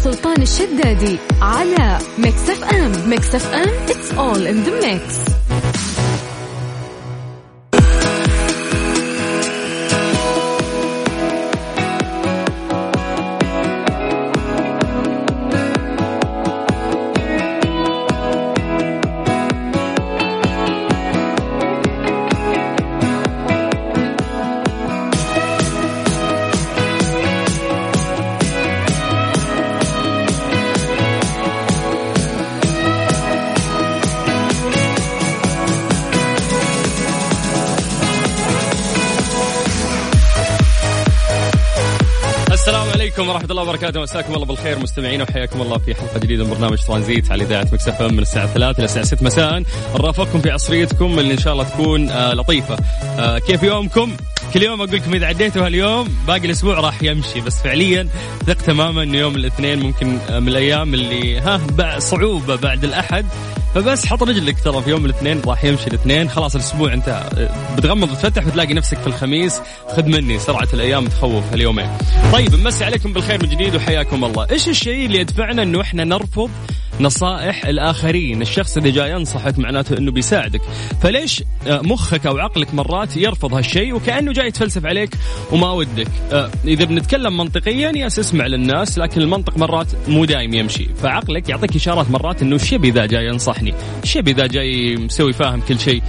وسلطان الشدادي على ميكس اف ام. ميكس اف ام it's all in the mix. ورحمة الله وبركاته. مساكم الله بالخير مستمعين وحياكم الله في حلقة جديدة من برنامج ترانزيت على إذاعة ميكس اف ام من الساعة 3 إلى الساعة 6 مساء. نرافقكم في عصريتكم اللي إن شاء الله تكون لطيفة. كيف يومكم؟ كل يوم أقول لكم إذا عديتوا هاليوم باقي الأسبوع راح يمشي، بس فعليا ثق تماما إنه يوم الاثنين ممكن من الأيام اللي صعوبة بعد الأحد، فبس حط رجلك ترى في يوم الاثنين راح يمشي الاثنين، خلاص الأسبوع انتهى. بتغمض وتفتح وتلاقي نفسك في الخميس. خذ مني سرعة الأيام تخوف هاليومين. طيب نمسي عليكم بالخير من جديد وحياكم الله. إيش الشيء اللي يدفعنا إنه إحنا نرفض نصائح الآخرين؟ الشخص اللي جاي ينصحك معناته إنه بيساعدك، فليش مخك أو عقلك مرات يرفض هالشيء وكأنه جاي يتفلسف عليك وما ودك؟ إذا بنتكلم منطقيا ياس اسمع للناس، لكن المنطق مرات مو دايم يمشي، فعقلك يعطيك إشارات مرات إنه الشيء ذا جاي ينصحني، الشيء ذا جاي مسوي فاهم كل شيء.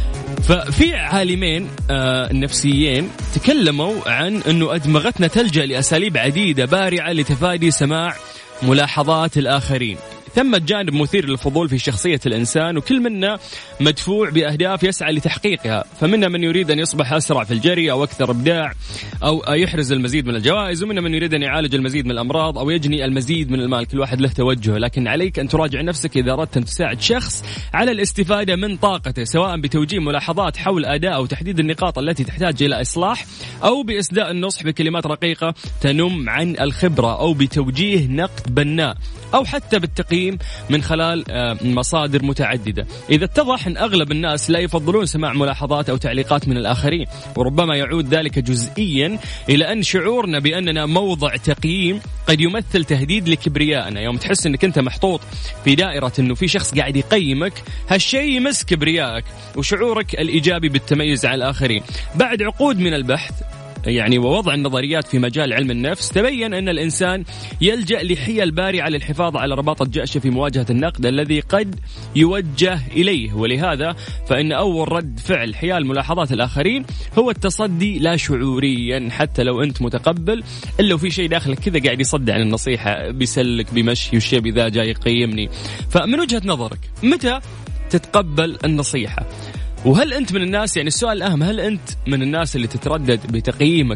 ففي عالمين النفسيين تكلموا عن أنه أدمغتنا تلجأ لأساليب عديدة بارعة لتفادي سماع ملاحظات الآخرين. ثم جانب مثير للفضول في شخصية الإنسان، وكل منا مدفوع بأهداف يسعى لتحقيقها، فمنا من يريد أن يصبح أسرع في الجري أو أكثر إبداع أو يحرز المزيد من الجوائز، ومنا من يريد أن يعالج المزيد من الأمراض أو يجني المزيد من المال. كل واحد له توجهه، لكن عليك أن تراجع نفسك إذا أردت أن تساعد شخص على الاستفادة من طاقته، سواء بتوجيه ملاحظات حول أداء أو تحديد النقاط التي تحتاج إلى إصلاح، أو بإسداء النصح بكلمات رقيقة تنم عن الخبرة، أو بتوجيه نقد بناء، أو حتى بالتقييم من خلال مصادر متعددة. إذا اتضح أن أغلب الناس لا يفضلون سماع ملاحظات أو تعليقات من الآخرين، وربما يعود ذلك جزئيا إلى أن شعورنا بأننا موضع تقييم قد يمثل تهديد لكبريائنا. يوم تحس أنك أنت محطوط في دائرة أنه في شخص قاعد يقيمك، هالشيء يمس كبريائك وشعورك الإيجابي بالتميز عن الآخرين. بعد عقود من البحث ووضع النظريات في مجال علم النفس، تبين أن الإنسان يلجأ لحيل بارعة للحفاظ على رباط الجأش في مواجهة النقد الذي قد يوجه إليه، ولهذا فإن أول رد فعل حيال ملاحظات الآخرين هو التصدي لا شعوريا، حتى لو أنت متقبل إلا وفي شيء داخلك كذا قاعد يصدع عن النصيحة، بيسلك بمشي والشيء بذا جاي يقيمني. فمن وجهة نظرك متى تتقبل النصيحة؟ وهل أنت من الناس، السؤال الأهم، هل أنت من الناس اللي تتردد بتقييمك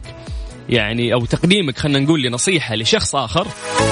أو تقديمك خلنا نقول لنصيحة لشخص آخر؟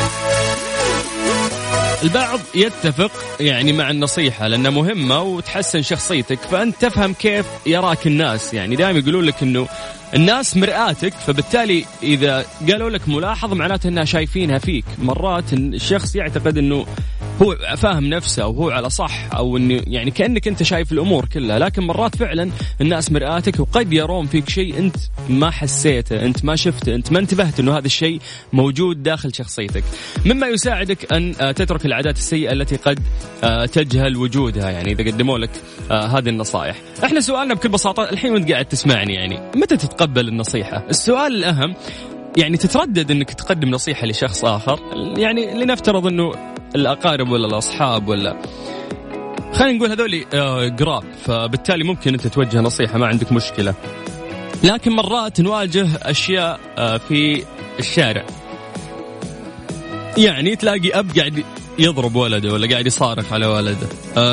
البعض يتفق مع النصيحة لأنها مهمة وتحسن شخصيتك، فأنت تفهم كيف يراك الناس. دائما يقولون لك أنه الناس مرآتك، فبالتالي إذا قالوا لك ملاحظة معناته أنها شايفينها فيك. مرات الشخص يعتقد أنه هو فاهم نفسه وهو على صح، أو أنه كأنك أنت شايف الأمور كلها، لكن مرات فعلا الناس مرآتك وقد يرون فيك شيء أنت ما حسيته، أنت ما شفته، أنت ما انتبهت أنه هذا الشيء موجود داخل شخصيتك، مما يساعدك أن تترك العادات السيئة التي قد تجهل وجودها. إذا قدموا لك هذه النصائح. احنا سؤالنا بكل بساطة الحين وانت قاعد تسمعني، متى تتقبل النصيحة؟ السؤال الأهم تتردد أنك تقدم نصيحة لشخص آخر، لنفترض أنه الأقارب ولا الأصحاب ولا خلينا نقول هذولي قراب، فبالتالي ممكن أنت توجه نصيحة ما عندك مشكلة. لكن مرات نواجه أشياء في الشارع، تلاقي أب قاعد يضرب ولده ولا قاعد يصارخ على ولده،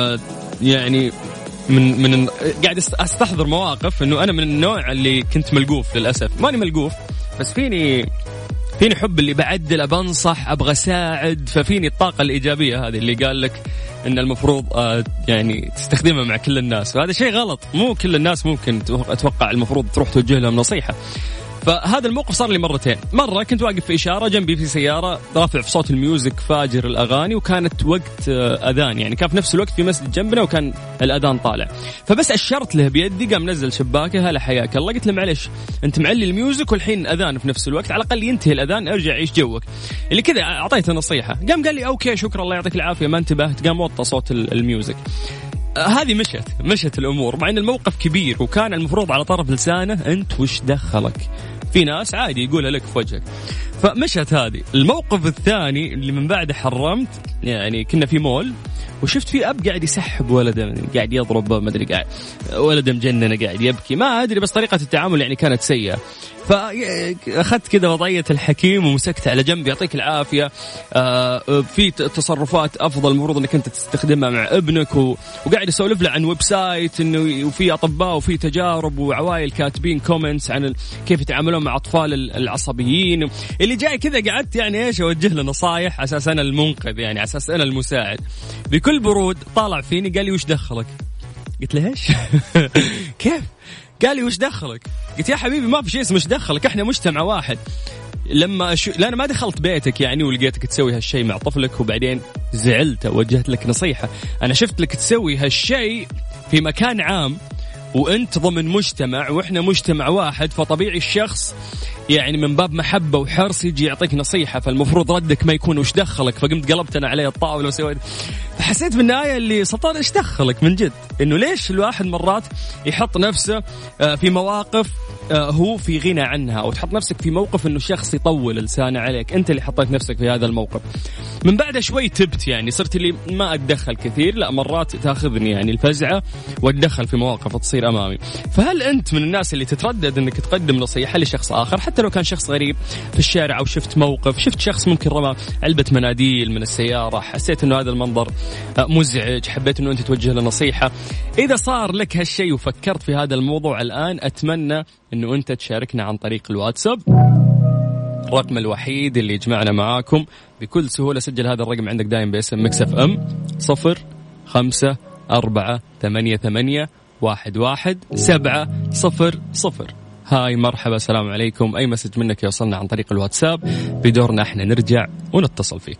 من قاعد أستحضر مواقف أنه أنا من النوع اللي كنت ملقوف، للأسف ماني ملقوف بس فيني حب اللي بعدل، بنصح، أبغى ساعد، ففيني الطاقة الإيجابية هذه اللي قال لك إن المفروض تستخدمها مع كل الناس، وهذا شيء غلط. مو كل الناس ممكن أتوقع المفروض تروح توجه لهم نصيحة. فهذا الموقف صار لي مرتين. مرة كنت واقف في إشارة، جنبي في سيارة رافع في صوت الميوزك فاجر الأغاني، وكانت وقت أذان، يعني كان في نفس الوقت في مسجد جنبنا وكان الأذان طالع. فبس أشرت له بيدي، قام نزل شباكه، هلا حياك الله. قلت له معلش أنت معلي الميوزك والحين أذان في نفس الوقت، على الأقل ينتهي الأذان ارجع عيش جوك اللي كذا. أعطيته نصيحة، قام قال لي أوكي شكرا الله يعطيك العافية ما انتبهت، قام وطى صوت الميوزك. هذه مشت الأمور، مع أن الموقف كبير وكان المفروض على طرف لسانه أنت وش دخلك. في ناس عادي يقولها لك في وجهك، فمشت هذه. الموقف الثاني اللي من بعده حرمت، يعني كنا في مول وشفت في أب قاعد يسحب ولده، قاعد يضرب ما أدري، قاعد ولده مجنن قاعد يبكي ما أدري، بس طريقة التعامل يعني كانت سيئة. فأخذت كذا وضعية الحكيم ومسكت على جنب يعطيك العافية. في تصرفات أفضل المفروض أنك أنت تستخدمها مع ابنك، وقاعد يسولف له عن ويب سايت إنه وفي أطباء وفي تجارب وعوائل كاتبين كومنتس عن كيف يتعاملون مع أطفال العصبيين. اللي جاي كذا قعدت يعني إيش أوجه له نصايح على أساس أنا المنقذ، يعني على أساس أنا المساعد. بكل برود طالع فيني قال لي وش دخلك؟ قلت له إيش؟ كيف؟ قال لي وش دخلك؟ قلت يا حبيبي ما في شيء اسمه وش دخلك، احنا مجتمع واحد. لا أنا ما دخلت بيتك يعني ولقيتك تسوي هالشيء مع طفلك وبعدين زعلت ووجهت لك نصيحة. أنا شفت لك تسوي هالشيء في مكان عام وأنت ضمن مجتمع وإحنا مجتمع واحد، فطبيعي الشخص يعني من باب محبة وحرص يجي يعطيك نصيحة، فالمفروض ردك ما يكون وش دخلك. فقمت قلبت أنا عليه الطاولة وسويت. فحسيت بالنهاية اللي سطر إيش دخلك من جد، إنه ليش الواحد مرات يحط نفسه في مواقف هو في غنى عنها، أو تحط نفسك في موقف إنه شخص يطول لسانه عليك، أنت اللي حطيت نفسك في هذا الموقف. من بعد شوي تبت، يعني صرت اللي ما أتدخل كثير، لا مرات تأخذني يعني الفزعة وأتدخل في مواقف تصير أمامي. فهل أنت من الناس اللي تتردد إنك تقدم نصيحة لشخص آخر حتى لو كان شخص غريب في الشارع، أو شفت موقف، شفت شخص ممكن رمى علبة مناديل من السيارة، حسيت إنه هذا المنظر مزعج، حبيت إنه أنت توجه له نصيحة؟ إذا صار لك هالشيء وفكرت في هذا الموضوع الآن، أتمنى إنه أنت تشاركنا عن طريق الواتساب، الرقم الوحيد اللي يجمعنا معاكم بكل سهولة. سجل هذا الرقم عندك دايم باسم ميكس اف ام 0548811700. هاي مرحبا السلام عليكم، أي مسج منك يوصلنا عن طريق الواتساب بدورنا احنا نرجع ونتصل فيك.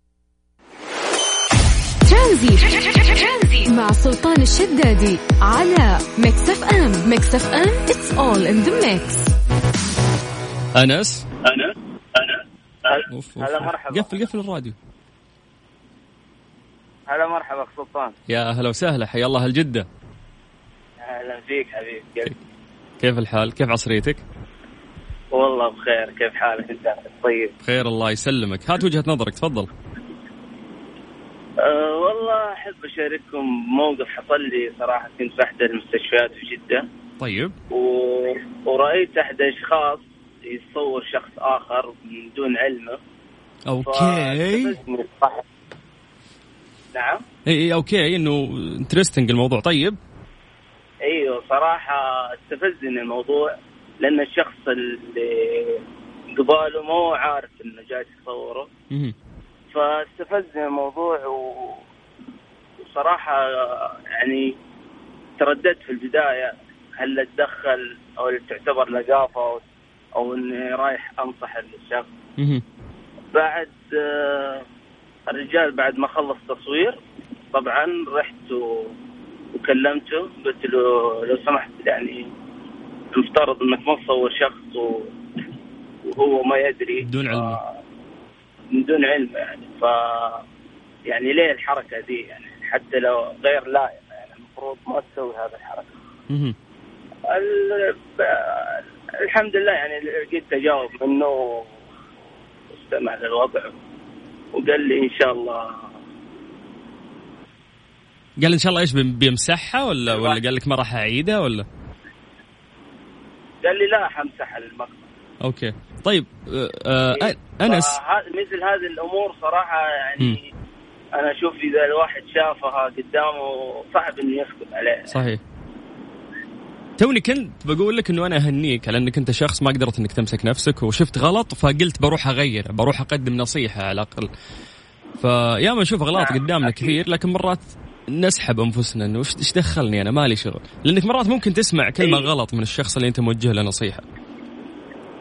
ترانزي مع سلطان الشدادي على ميكس اف ام. ميكس اف ام it's all in the mix. أنس هلا مرحبا. قفل الراديو. هلا مرحبا سلطان. يا هلا وسهلا، حيا الله الجدة. أهلا فيك حبيبي. كيف الحال؟ كيف عصريتك؟ والله بخير، كيف حالك أنت؟ طيب بخير الله يسلمك. هات وجهة نظرك تفضل. والله أحب أشارككم موقف حصل لي صراحة. كنت في أحد المستشفيات في جدة. طيب. ورأيت أحد الأشخاص يصور شخص آخر من دون علمه. أوكي. نعم. إيه أوكي، إنه انترستنج الموضوع. طيب. أيوه صراحة استفزني الموضوع، لأن الشخص اللي قباله مو عارف إنه جاي يصوره. فاستفزني الموضوع وصراحة يعني ترددت في البداية هل أتدخل أو تعتبر لقافة أو إني رايح أنصح الشخص. بعد الرجال بعد ما خلص تصوير طبعا رحت وكلمته، قلت له لو سمحت يعني المفترض إنك ما تصور شخص وهو ما يدري من دون علم يعني. يعني ليه الحركة دي يعني؟ حتى لو غير لائق يعني المفروض ما تسوي هذا الحركة. الحمد لله يعني لقيت تجاوب منه واستمع للوضع وقال لي إن شاء الله. قال إن شاء الله إيش بيمسحها ولا قال لك ما راح أعيدها ولا؟ قال لي لا حمسح المقطع. أوكي طيب. أنس مثل هذه الأمور صراحة يعني أنا أشوف إذا الواحد شافها قدامه صعب إنه يسكت عليها. صحيح. توني كنت بقول لك إنه أنا أهنيك على إنك أنت شخص ما قدرت إنك تمسك نفسك وشفت غلط فقلت بروح أغير، بروح أقدم نصيحة على الأقل. فيا ما نشوف غلط قدامنا كثير، لكن مرات نسحب أنفسنا إنه إيش دخلني أنا مالي شغل، لأنك مرات ممكن تسمع كلمة غلط من الشخص اللي أنت موجه له نصيحة.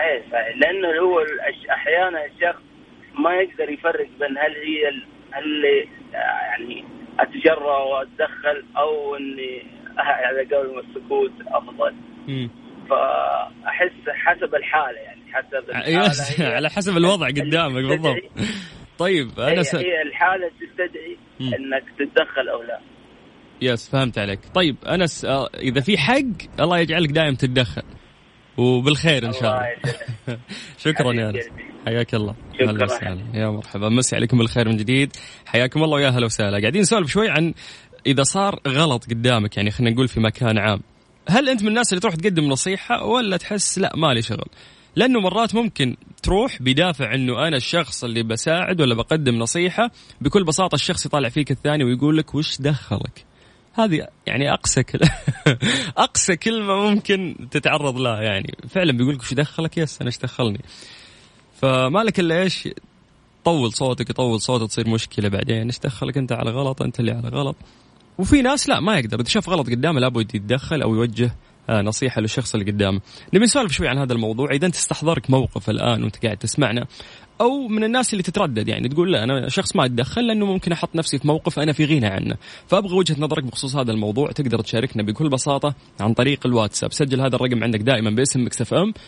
صحيح لأنه هو أحيانا الشخص ما يقدر يفرق بين هل اللي يعني أتجرأ وأتدخل أو إني على قول السكوت أفضل. فأحس حسب الحالة يعني حسب الحالة على حسب الوضع قدامك بالضبط. طيب أنا هي الحالة تستدعي إنك تتدخل أو لا. يس فهمت عليك. طيب أنس إذا في حق الله يجعلك دائم تتدخل وبالخير إن شاء الله. شكرا يا أنس حياك الله. شكرا يا مرحبا مسي عليكم بالخير من جديد حياكم الله ويا هلا وسهلا. قاعدين نسولف شوي عن إذا صار غلط قدامك يعني خلينا نقول في مكان عام هل أنت من الناس اللي تروح تقدم نصيحة ولا تحس لا مالي شغل؟ لأنه مرات ممكن تروح بدافع أنه أنا الشخص اللي بساعد ولا بقدم نصيحة بكل بساطة الشخص يطالع فيك الثاني ويقول لك وش دخلك. هذه يعني أقصى كلمة ممكن تتعرض لها يعني فعلا بيقول لك وش دخلك يس أنا ايش دخلني. فمالك إلا إيش طول صوتك تصير مشكلة بعدين ايش دخلك أنت على غلط أنت اللي على غلط. وفي ناس لا ما يقدر إذا شاف غلط قدامه لابد يتدخل أو يوجه نصيحة للشخص اللي قدامه. نبي نسولف شوي عن هذا الموضوع. إذا أنت استحضرك موقف الآن وأنت قاعد تسمعنا أو من الناس اللي تتردد يعني تقول لا أنا شخص ما أتدخل لأنه ممكن أحط نفسي في موقف أنا في غنى عنه فأبغى وجهة نظرك بخصوص هذا الموضوع تقدر تشاركنا بكل بساطة عن طريق الواتساب. سجل هذا الرقم عندك دائما باسم ميكس اف ام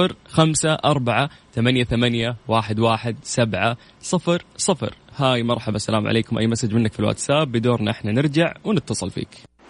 0548811700. هاي مرحبا السلام عليكم. أي مسج منك في الواتساب بدورنا احنا نرجع ونتصل فيك.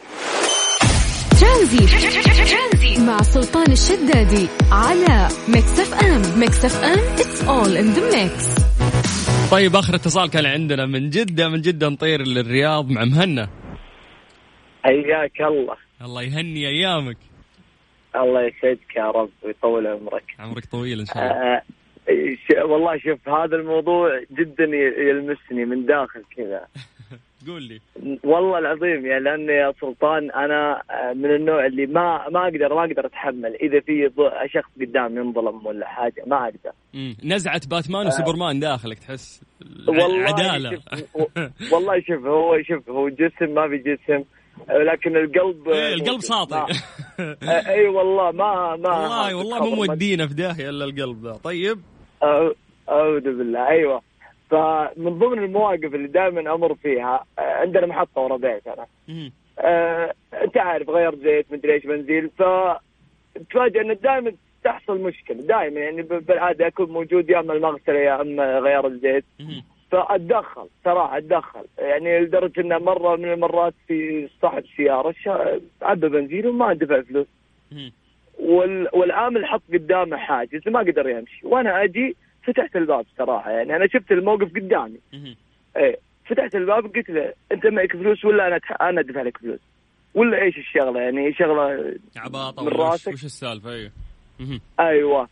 ترانزي مع سلطان الشدادي على ميكس اف ام. ميكس اف ام it's all in the mix. طيب آخر اتصال كان عندنا من جدة نطير للرياض مع مهنا. حياك الله يهني أيامك. الله يسعدك يا رب ويطول عمرك طويل إن شاء الله. والله شوف هذا الموضوع جدا يلمسني من داخل كذا. قول لي. والله العظيم يعني لأن يا سلطان أنا من النوع اللي ما أقدر أتحمل إذا في شخص قدام ينظلم ولا حاجة ما أقدر. نزعة باتمان وسوبرمان داخلك تحس عدالة. والله شوف هو جسم ما في جسم لكن القلب ساطع. اي والله ما والله مو مودينا في داهية الا القلب ذا. طيب اعوذ بالله. ايوه فمن ضمن المواقف اللي دائما امر فيها عندنا محطه ورا بيت انا انت عارف غير زيت مدري ايش بنزين فتفاجئ ان دائما تحصل مشكله دائما يعني بالعاده اكون موجود يا اما المغسله يا اما غير الزيت فأتدخل صراحة يعني لدرجة إن مرة من المرات في صاحب سيارة عبى بنزين وما دفع فلوس والعامل حط قدامه حاجز ما قدر يمشي وأنا أجي فتحت الباب صراحة يعني أنا شفت الموقف قدامي فتحت الباب قلت له أنت معك فلوس ولا أنا أدفع لك فلوس ولا إيش الشغلة يعني شغلة عباطة من راسك وش السالفة. أيوة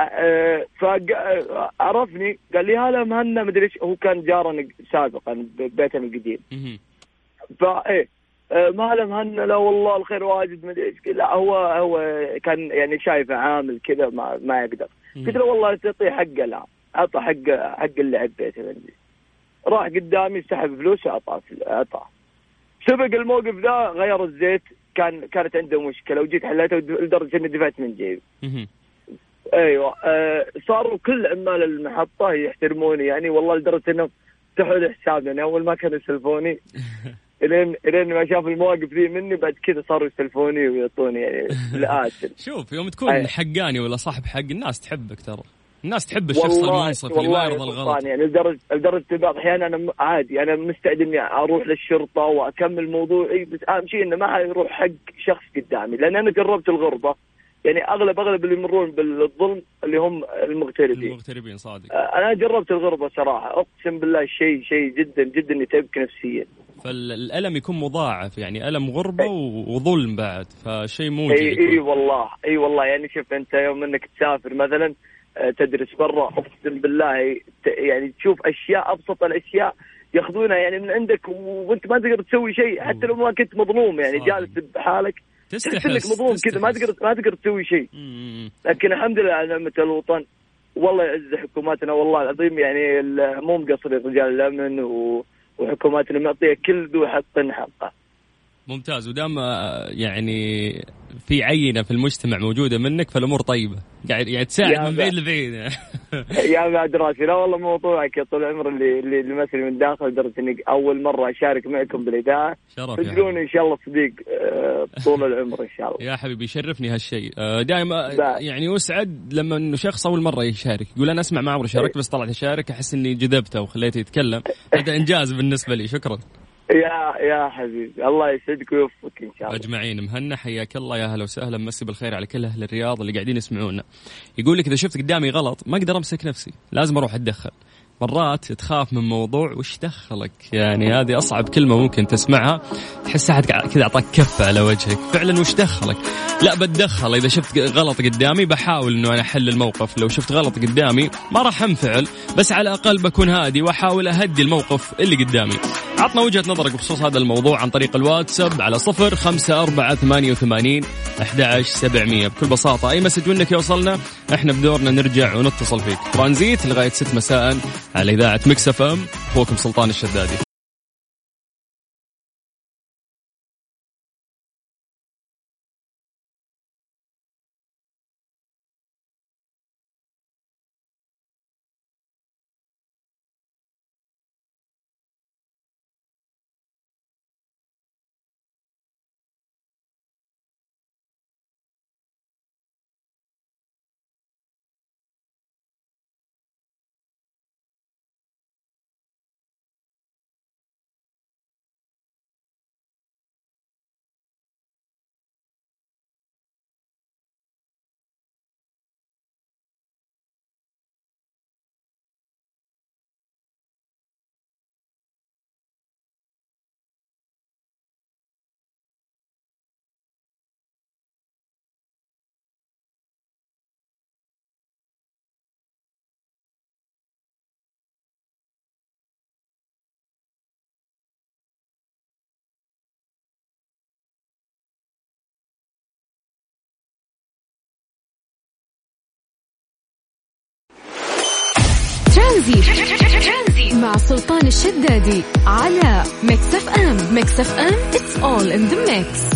فعرفني قال لي هلا مهنا مدري ايش هو كان جارنا سابقا ببيتنا القديم ما له مهنا لا والله الخير واجد مدري ايش لا هو كان يعني شايفه عامل كذا ما يقدر قلت له والله تعطيه حقه لا اعطى حق اللي عبيته راح قدامي سحب فلوس اعطاه سبق الموقف ذا غير الزيت كانت عنده مشكله وجيت حليتها لدرجه اني دفعت من جيبي. ايوه صاروا كل عمال المحطه يحترموني يعني والله لدرجه انه فتحوا لي حساب يعني اول ما كانوا يسلفوني الين ما شافوا المواقف ذي مني بعد كذا صاروا يسلفوني ويعطوني يعني الآجل. شوف يوم تكون حقاني ولا صاحب حق الناس تحبك ترى الناس تحب الشخص المنصف اللي ما يرضى الغلط يعني لدرجه بعض احيانا انا عادي انا مستعد اني اروح للشرطه واكمل موضوعي بس اهم شيء انه ما حيروح حق شخص قدامي لان انا جربت الغربه يعني أغلب اللي يمرون بالظلم اللي هم المغتربين صادق. أنا جربت الغربة صراحة أقسم بالله شيء جدا يتعبك نفسيا. فالألم يكون مضاعف يعني ألم غربة وظلم بعد فشيء موجع. أي والله يعني شوف أنت يوم أنك تسافر مثلا تدرس برا أقسم بالله يعني تشوف أشياء أبسط الأشياء يأخذونها يعني من عندك وأنت ما تقدر تسوي شيء حتى لو ما كنت مظلوم يعني جالس بحالك تحس انك مظلوم كذا ما تقدر تسوي شيء. لكن الحمد لله على نعمة الوطن والله يعز حكوماتنا والله العظيم يعني مو مقصر رجال الامن وحكوماتنا معطيه كل ذو حق حقه. ممتاز. ودام يعني في عينة في المجتمع موجودة منك فالأمور طيبة، قاعد يعني تساعد من بعيد لبعيد. يا بعد راسي، لا والله موضوعك يا طول العمر اللي مثل من داخل، لدرجة إني أول مرة أشارك معكم بالإذاعة. تدروني إن شاء الله صديق طول العمر إن شاء الله. يا حبيبي يشرفني هالشيء دائما، يعني أسعد لما إنه شخص أول مرة يشارك يقول أنا أسمع ما عمري شاركت بس طلعت أشارك، أحس إني جذبته وخليته يتكلم. هذا إنجاز بالنسبة لي. شكرا يا حبيبي، الله يسعدك ويوفقك إن شاء الله. أجمعين. مهنا حياك الله، يا هلا وسهلا، مسي بالخير على كل أهل الرياض اللي قاعدين يسمعونا. يقول لك إذا شفت قدامي غلط ما أقدر أمسك نفسي، لازم أروح أتدخل. مرات تخاف من موضوع وش دخلك، يعني هذه أصعب كلمة ممكن تسمعها، تحس أحد كذا أعطاك كفة على وجهك. فعلا وش دخلك؟ لا بتدخل. إذا شفت غلط قدامي بحاول إنه أنا أحل الموقف. لو شفت غلط قدامي ما راح أنفعل، بس على الأقل بكون هادي وأحاول أهدي الموقف اللي قدامي. عطنا وجهة نظرك بخصوص هذا الموضوع عن طريق الواتساب على 0548811700. بكل بساطة أي مسج منك يوصلنا احنا بدورنا نرجع ونتصل فيك. ترانزيت لغاية 6 مساء على إذاعة ميكس اف ام. أخوكم سلطان الشدادي. ترانزيت مع سلطان الشدادي على ميكس اف ام. ميكس اف ام it's all in the mix.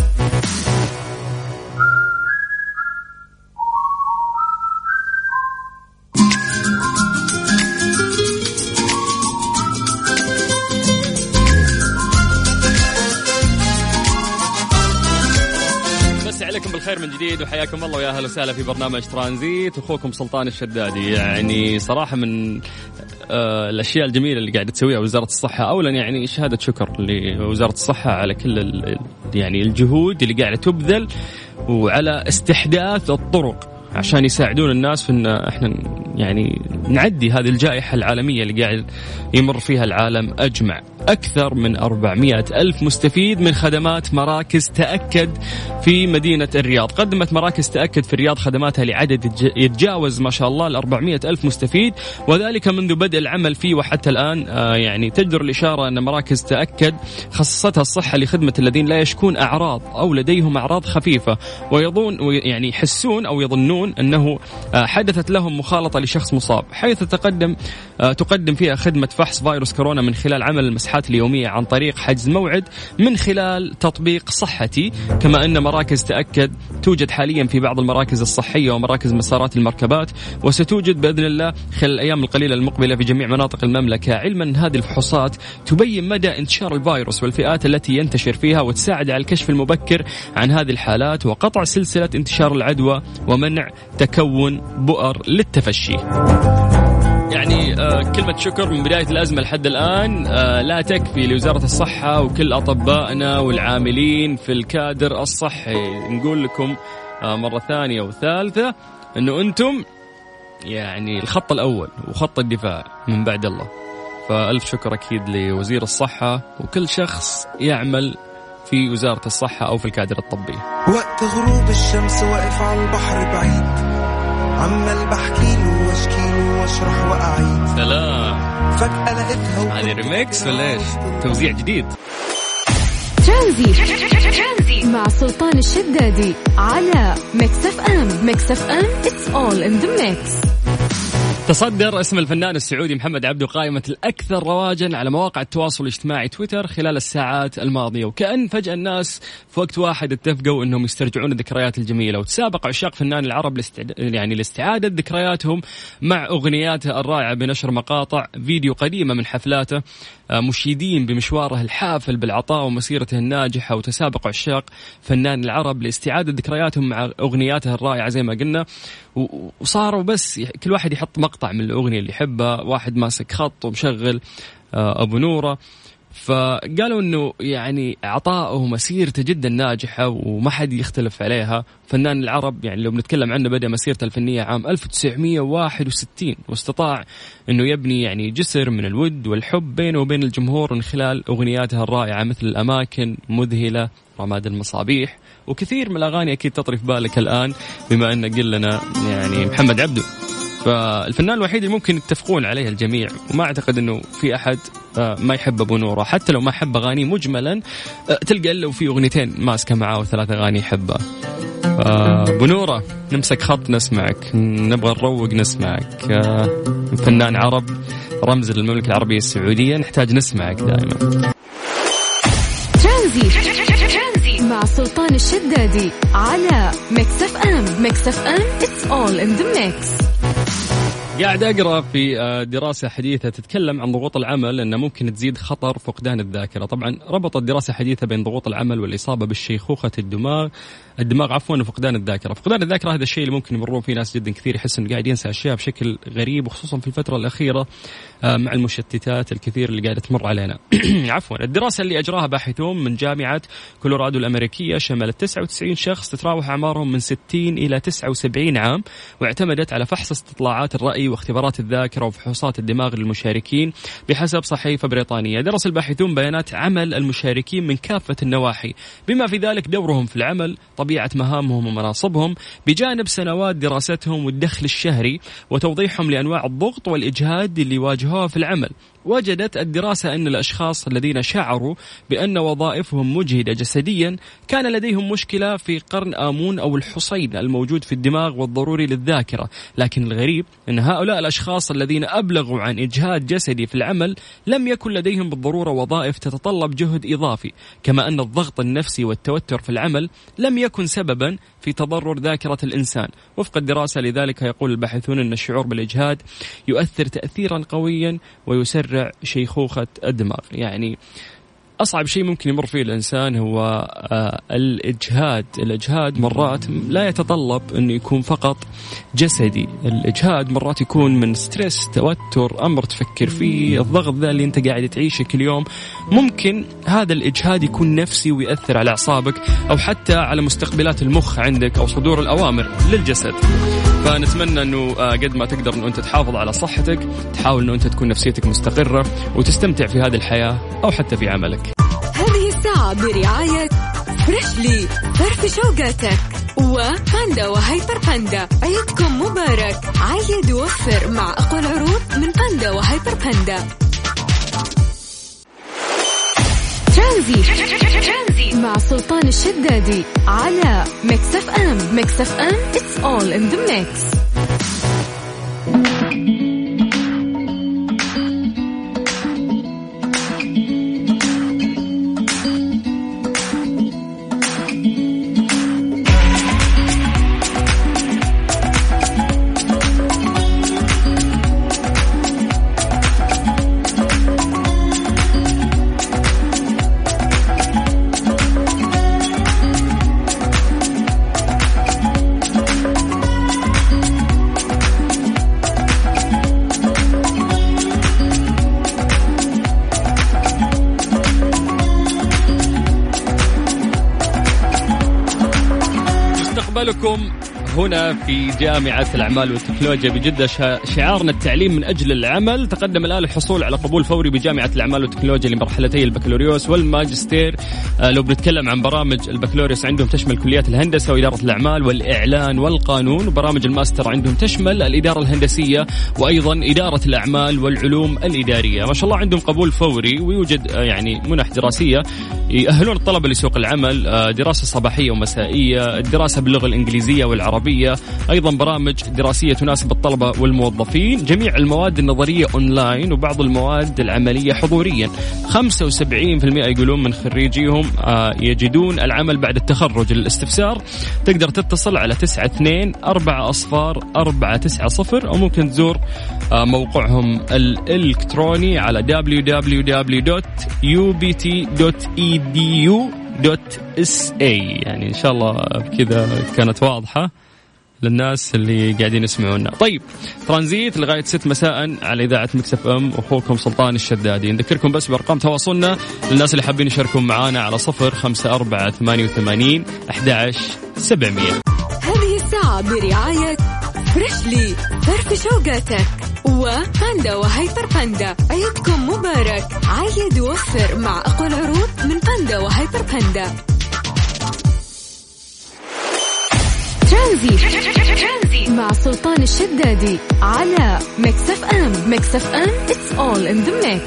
بالخير من جديد وحياكم الله ويا اهلا وسهلا في برنامج ترانزيت. اخوكم سلطان الشدادي. يعني صراحه من الاشياء الجميله اللي قاعده تسويها وزاره الصحه، اولا يعني شهاده شكر لوزاره الصحه على كل يعني الجهود اللي قاعده تبذل وعلى استحداث الطرق عشان يساعدون الناس في ان احنا يعني نعدي هذه الجائحة العالمية اللي قاعد يمر فيها العالم أجمع. أكثر من 400,000 مستفيد من خدمات مراكز تأكد في مدينة الرياض. قدمت مراكز تأكد في الرياض خدماتها لعدد يتجاوز ما شاء الله 400,000 مستفيد، وذلك منذ بدء العمل فيه وحتى الآن. يعني تجدر الإشارة أن مراكز تأكد خصصتها الصحة لخدمة الذين لا يشكون أعراض أو لديهم أعراض خفيفة يعني يحسون أو يظنون أنه حدثت لهم مخالطة لشخص مصاب، حيث تقدم فيها خدمة فحص فيروس كورونا من خلال عمل المسحات اليومية عن طريق حجز موعد من خلال تطبيق صحتي. كما أن مراكز تأكد توجد حاليا في بعض المراكز الصحية ومراكز مسارات المركبات، وستوجد بإذن الله خلال الأيام القليلة المقبلة في جميع مناطق المملكة، علما أن هذه الفحوصات تبين مدى انتشار الفيروس والفئات التي ينتشر فيها، وتساعد على الكشف المبكر عن هذه الحالات وقطع سلسلة انتشار العدوى ومنع تكون بؤر للتفشي. يعني كلمة شكر من بداية الأزمة لحد الآن لا تكفي لوزارة الصحة وكل أطبائنا والعاملين في الكادر الصحي. نقول لكم مرة ثانية وثالثة أنه أنتم يعني الخط الأول وخط الدفاع من بعد الله. فألف شكر أكيد لوزير الصحة وكل شخص يعمل في وزارة الصحة أو في الكادر الطبي. وقت غروب الشمس واقف على البحر بعيد، عمال بحكيله واشكيله واشرح واعيد. سلام. فجأة لقيتها هذه ريميكس ولا ايش؟ توزيع جديد. ترانزيت مع سلطان الشدادي على ميكس اف ام. ميكس اف ام it's all in the mix. تصدر اسم الفنان السعودي محمد عبده قائمة الأكثر رواجا على مواقع التواصل الاجتماعي تويتر خلال الساعات الماضية، وكأن فجأة الناس في وقت واحد اتفقوا أنهم يسترجعون الذكريات الجميلة، وتسابق عشاق فنان العرب لاستعادة ذكرياتهم مع أغنياته الرائعة بنشر مقاطع فيديو قديمة من حفلاته، مشيدين بمشواره الحافل بالعطاء ومسيرته الناجحة. وتسابق عشاق فنان العرب لاستعادة ذكرياتهم مع أغنياته الرائعة زي ما قلنا، وصاروا بس كل واحد يحط مقطع من الأغنية اللي يحبها، واحد ماسك خط ومشغل أبو نورة. فقالوا أنه يعني عطاءه ومسيرته جدا ناجحة وما حد يختلف عليها. فنان العرب يعني لو بنتكلم عنه بدأ مسيرته الفنية عام 1961، واستطاع أنه يبني يعني جسر من الود والحب بينه وبين الجمهور من خلال أغنياته الرائعة مثل الأماكن، مذهلة، رماد المصابيح، وكثير من الأغاني أكيد تطري في بالك الآن بما أن قلنا يعني محمد عبده. فالفنان الوحيد اللي ممكن يتفقون عليه الجميع، وما أعتقد أنه في أحد ما يحب أبو نورة، حتى لو ما حب أغاني مجملا تلقى له في أغنيتين ماسكة معاه وثلاث أغاني يحبها. أبو نورة نمسك خط نسمعك، نبغى نروق نسمعك، فنان عرب رمز للمملكة العربية السعودية، نحتاج نسمعك دائما. ترانزي مع سلطان الشدادي على ميكس اف ام. ميكس اف ام it's all in the mix. قاعد أقرأ في دراسة حديثة تتكلم عن ضغوط العمل أنه ممكن تزيد خطر فقدان الذاكرة. طبعا ربطت دراسة حديثة بين ضغوط العمل والإصابة بالشيخوخة الدماغ وفقدان الذاكرة. فقدان الذاكرة هذا الشيء اللي ممكن يمرون فيه ناس جدا كثير، يحس إنه قاعد ينسى أشياء بشكل غريب، وخصوصا في الفترة الأخيرة مع المشتتات الكثير اللي قاعدة تمر علينا. عفوا. الدراسة اللي أجراها باحثون من جامعة كولورادو الأمريكية شملت 99 شخص تتراوح أعمارهم من 60 إلى 79 عام، واعتمدت على فحص استطلاعات الرأي واختبارات الذاكرة وفحوصات الدماغ للمشاركين بحسب صحيفة بريطانية. درس الباحثون بيانات عمل المشاركين من كافة النواحي، بما في ذلك دورهم في العمل، طبيعة مهامهم ومناصبهم، بجانب سنوات دراستهم والدخل الشهري وتوضيحهم لأنواع الضغط والإجهاد اللي يواجهوها في العمل. وجدت الدراسة أن الأشخاص الذين شعروا بأن وظائفهم مجهدة جسديا كان لديهم مشكلة في قرن آمون أو الحصين الموجود في الدماغ والضروري للذاكرة. لكن الغريب أن هؤلاء الأشخاص الذين أبلغوا عن إجهاد جسدي في العمل لم يكن لديهم بالضرورة وظائف تتطلب جهد إضافي، كما أن الضغط النفسي والتوتر في العمل لم يكن سببا في تضرر ذاكرة الإنسان. وفق الدراسة لذلك يقول الباحثون أن الشعور بالإجهاد يؤثر تأثيرا قويا ويسرع شيخوخة الدماغ. يعني أصعب شيء ممكن يمر فيه الإنسان هو الإجهاد مرات لا يتطلب أنه يكون فقط جسدي، الإجهاد مرات يكون من ستريس، توتر، أمر تفكر فيه، الضغط ذا اللي أنت قاعد تعيشه كل يوم. ممكن هذا الإجهاد يكون نفسي ويأثر على أعصابك أو حتى على مستقبلات المخ عندك أو صدور الأوامر للجسد. فنتمنى أنه قد ما تقدر أنه أنت تحافظ على صحتك، تحاول أنه أنت تكون نفسيتك مستقرة وتستمتع في هذه الحياة أو حتى في عملك. هذه الساعة برعاية فريشلي، فرف شوقاتك، وباندا وهيبر باندا. عيدكم مبارك، عيد ووفر مع أقوى العروض من باندا وهيبر باندا. ترانزي مع سلطان الشدادي على ميكس اف ام. ميكس اف ام it's all in the mix. لكم هنا في جامعة الأعمال والتكنولوجيا بجدة شعارنا التعليم من أجل العمل. تقدم الآن الحصول على قبول فوري بجامعة الأعمال والتكنولوجيا لمرحلتي البكالوريوس والماجستير. لو بنتكلم عن برامج البكالوريوس عندهم تشمل كليات الهندسة وإدارة الأعمال والإعلان والقانون، وبرامج الماستر عندهم تشمل الإدارة الهندسية وأيضا إدارة الأعمال والعلوم الإدارية. ما شاء الله عندهم قبول فوري، ويوجد يعني منح دراسية يأهلون الطلبة لسوق العمل، دراسة صباحية ومسائية، الدراسة باللغة الإنجليزية والعربية العربية، أيضا برامج دراسية تناسب الطلبة والموظفين، جميع المواد النظرية أونلاين وبعض المواد العملية حضوريا. 75% يقولون من خريجيهم يجدون العمل بعد التخرج. للاستفسار تقدر تتصل على 92-40-490 أو ممكن تزور موقعهم الإلكتروني على www.ubt.edu.sa. يعني إن شاء الله بكذا كانت واضحة للناس اللي قاعدين يسمعونا. طيب ترانزيت لغاية 6 مساء على إذاعة مكس اف ام، أخوكم سلطان الشدادي. نذكركم بس بأرقام تواصلنا للناس اللي حابين يشاركون معنا على 0548811700. هذه الساعة برعاية فريشلي فرف شوقاتك وباندا وهيبر باندا. عيدكم مبارك، عيد ووفر مع أقوى العروض من باندا وهيبر باندا. ترانزيت مع سلطان الشدادي على ميكس اف ام. ميكس اف ام it's all in the mix.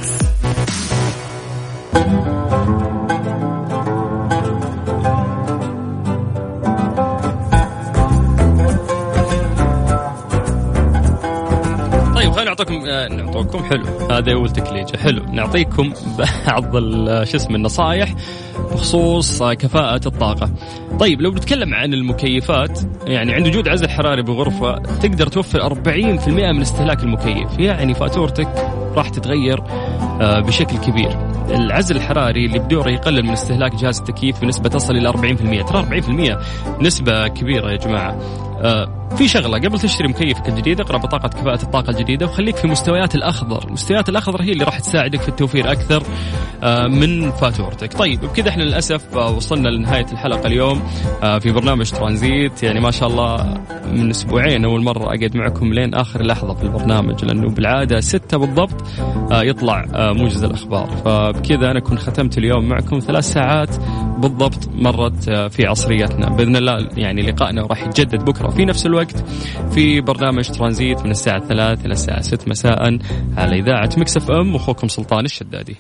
طيب خلينا نعطوكم حلو، هذا أول تكليجة حلو، نعطيكم بعض النصائح بخصوص كفاءة الطاقة. طيب لو بنتكلم عن المكيفات، يعني عند وجود عزل حراري بغرفة تقدر توفر 40% من استهلاك المكيف، يعني فاتورتك راح تتغير بشكل كبير. العزل الحراري اللي بدوره يقلل من استهلاك جهاز التكييف بنسبة تصل إلى 40%. ترى 40% نسبة كبيرة يا جماعة. في شغلة قبل تشتري مكيفك الجديد، اقرأ بطاقة كفاءة الطاقة الجديدة وخليك في مستويات الأخضر. مستويات الأخضر هي اللي راح تساعدك في التوفير أكثر من فاتورتك. طيب بكذا احنا للأسف وصلنا لنهاية الحلقة اليوم في برنامج ترانزيت. يعني ما شاء الله من أسبوعين أول مرة أقعد معكم لين آخر لحظة في البرنامج، لأنه بالعادة 6 بالضبط يطلع موجز الأخبار. فبكذا أنا كنت ختمت اليوم معكم 3 ساعات بالضبط مرت في عصريتنا. بإذن الله يعني لقائنا راح يتجدد بكرة في نفس الوقت في برنامج ترانزيت من الساعة 3 إلى الساعة 6 مساء على إذاعة مكس اف ام. أخوكم سلطان الشدادي.